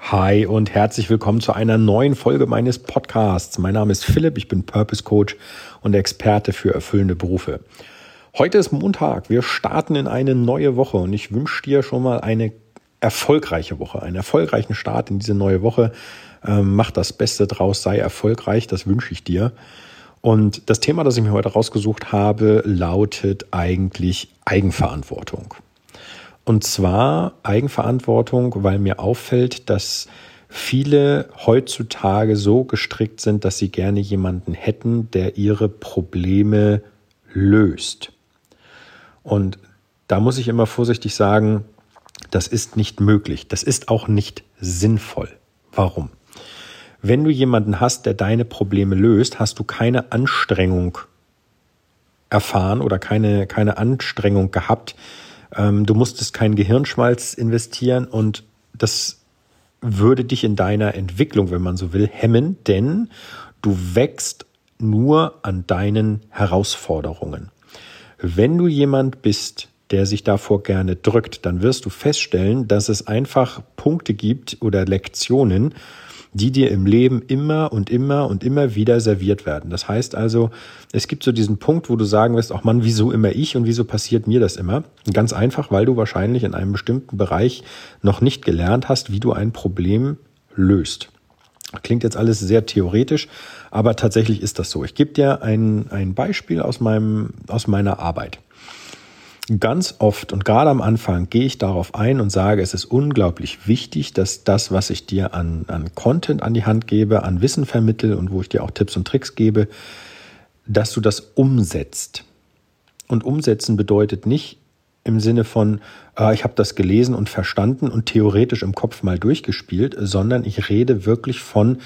Hi und herzlich willkommen zu einer neuen Folge meines Podcasts. Mein Name ist Philipp, ich bin Purpose Coach und Experte für erfüllende Berufe. Heute ist Montag, wir starten in eine neue Woche und ich wünsche dir schon mal eine erfolgreiche Woche, einen erfolgreichen Start in diese neue Woche. Mach das Beste draus, sei erfolgreich, das wünsche ich dir. Und das Thema, das ich mir heute rausgesucht habe, lautet eigentlich Eigenverantwortung. Und zwar Eigenverantwortung, weil mir auffällt, dass viele heutzutage so gestrickt sind, dass sie gerne jemanden hätten, der ihre Probleme löst. Und da muss ich immer vorsichtig sagen, das ist nicht möglich. Das ist auch nicht sinnvoll. Warum? Wenn du jemanden hast, der deine Probleme löst, hast du keine Anstrengung erfahren oder keine Anstrengung gehabt. Du musstest keinen Gehirnschmalz investieren und das würde dich in deiner Entwicklung, wenn man so will, hemmen, denn du wächst nur an deinen Herausforderungen. Wenn du jemand bist, der sich davor gerne drückt, dann wirst du feststellen, dass es einfach Punkte gibt oder Lektionen, die dir im Leben immer und immer und immer wieder serviert werden. Das heißt also, es gibt so diesen Punkt, wo du sagen wirst, ach Mann, wieso immer ich und wieso passiert mir das immer? Ganz einfach, weil du wahrscheinlich in einem bestimmten Bereich noch nicht gelernt hast, wie du ein Problem löst. Klingt jetzt alles sehr theoretisch, aber tatsächlich ist das so. Ich gebe dir ein Beispiel aus meiner Arbeit. Ganz oft und gerade am Anfang gehe ich darauf ein und sage, es ist unglaublich wichtig, dass das, was ich dir an Content an die Hand gebe, an Wissen vermittle und wo ich dir auch Tipps und Tricks gebe, dass du das umsetzt. Und umsetzen bedeutet nicht im Sinne von, ich habe das gelesen und verstanden und theoretisch im Kopf mal durchgespielt, sondern ich rede wirklich von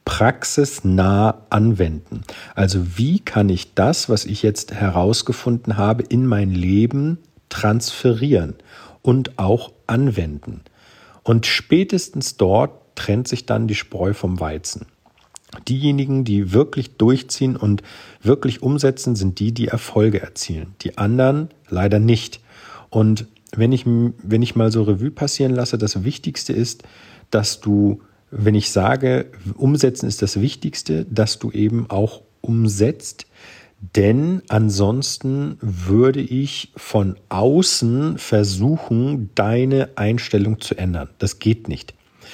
praxisnah anwenden. Also wie kann ich das, was ich jetzt herausgefunden habe, in mein Leben transferieren und auch anwenden? Und spätestens dort trennt sich dann die Spreu vom Weizen. Diejenigen, die wirklich durchziehen und wirklich umsetzen, sind die Erfolge erzielen. Die anderen leider nicht. Und wenn ich mal so Revue passieren lasse, das Wichtigste ist, dass du, wenn ich sage, umsetzen ist das Wichtigste, dass du eben auch umsetzt, denn ansonsten würde ich von außen versuchen, deine Einstellung zu ändern. Das geht nicht.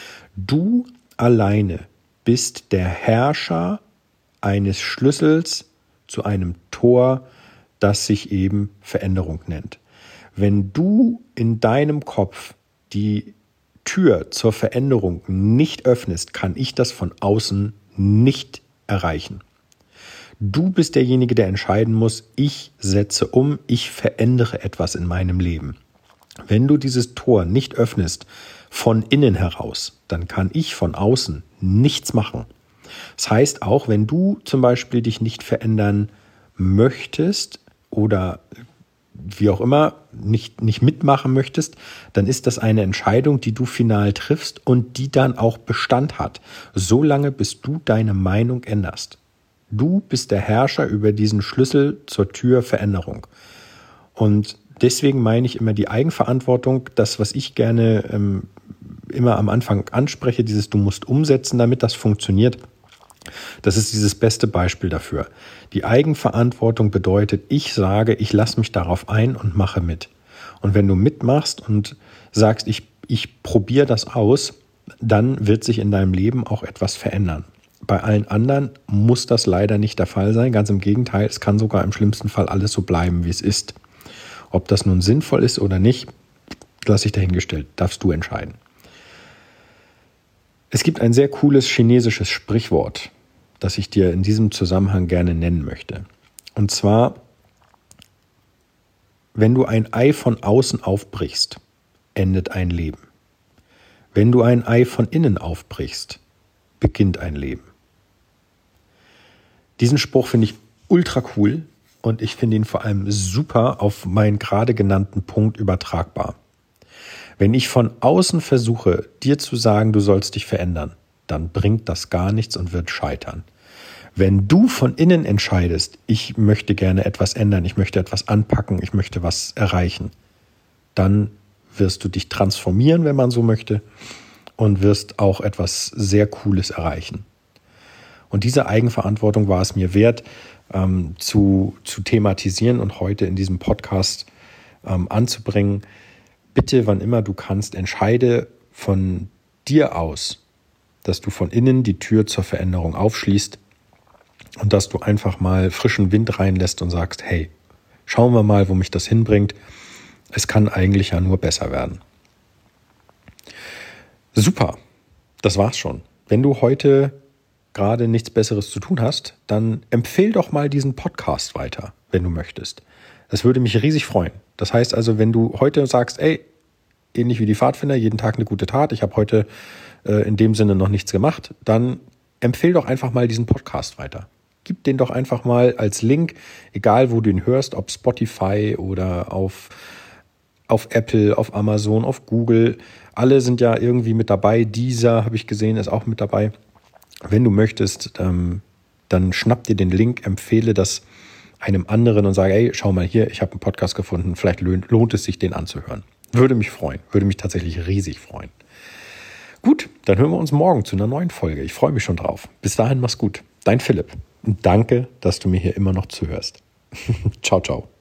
Du alleine bist der Herrscher eines Schlüssels zu einem Tor, das sich eben Veränderung nennt. Wenn du in deinem Kopf die Tür zur Veränderung nicht öffnest, kann ich das von außen nicht erreichen. Du bist derjenige, der entscheiden muss, ich setze um, ich verändere etwas in meinem Leben. Wenn du dieses Tor nicht öffnest von innen heraus, dann kann ich von außen nichts machen. Das heißt auch, wenn du zum Beispiel dich nicht verändern möchtest oder wie auch immer, nicht mitmachen möchtest, dann ist das eine Entscheidung, die du final triffst und die dann auch Bestand hat, solange bis du deine Meinung änderst. Du bist der Herrscher über diesen Schlüssel zur Tür Veränderung. Und deswegen meine ich immer die Eigenverantwortung, das, was ich gerne immer am Anfang anspreche, dieses du musst umsetzen, damit das funktioniert. Das ist dieses beste Beispiel dafür. Die Eigenverantwortung bedeutet, ich sage, ich lasse mich darauf ein und mache mit. Und wenn du mitmachst und sagst, ich probiere das aus, dann wird sich in deinem Leben auch etwas verändern. Bei allen anderen muss das leider nicht der Fall sein. Ganz im Gegenteil, es kann sogar im schlimmsten Fall alles so bleiben, wie es ist. Ob das nun sinnvoll ist oder nicht, lasse ich dahingestellt. Darfst du entscheiden. Es gibt ein sehr cooles chinesisches Sprichwort, das ich dir in diesem Zusammenhang gerne nennen möchte. Und zwar, wenn du ein Ei von außen aufbrichst, endet ein Leben. Wenn du ein Ei von innen aufbrichst, beginnt ein Leben. Diesen Spruch finde ich ultra cool und ich finde ihn vor allem super auf meinen gerade genannten Punkt übertragbar. Wenn ich von außen versuche, dir zu sagen, du sollst dich verändern, dann bringt das gar nichts und wird scheitern. Wenn du von innen entscheidest, ich möchte gerne etwas ändern, ich möchte etwas anpacken, ich möchte was erreichen, dann wirst du dich transformieren, wenn man so möchte, und wirst auch etwas sehr Cooles erreichen. Und diese Eigenverantwortung war es mir wert, zu thematisieren und heute in diesem Podcast anzubringen. Bitte, wann immer du kannst, entscheide von dir aus, dass du von innen die Tür zur Veränderung aufschließt und dass du einfach mal frischen Wind reinlässt und sagst, hey, schauen wir mal, wo mich das hinbringt. Es kann eigentlich ja nur besser werden. Super, das war's schon. Wenn du heute gerade nichts Besseres zu tun hast, dann empfehl doch mal diesen Podcast weiter, wenn du möchtest. Das würde mich riesig freuen. Das heißt also, wenn du heute sagst, ey, ähnlich wie die Pfadfinder, jeden Tag eine gute Tat, ich habe heute in dem Sinne noch nichts gemacht, dann empfehl doch einfach mal diesen Podcast weiter. Gib den doch einfach mal als Link, egal wo du ihn hörst, ob Spotify oder auf Apple, auf Amazon, auf Google. Alle sind ja irgendwie mit dabei. Deezer, habe ich gesehen, ist auch mit dabei. Wenn du möchtest, dann schnapp dir den Link, empfehle das einem anderen und sage, ey, schau mal hier, ich habe einen Podcast gefunden, vielleicht lohnt es sich, den anzuhören. Würde mich freuen, würde mich tatsächlich riesig freuen. Gut, dann hören wir uns morgen zu einer neuen Folge. Ich freue mich schon drauf. Bis dahin, mach's gut. Dein Philipp. Und danke, dass du mir hier immer noch zuhörst. Ciao, ciao.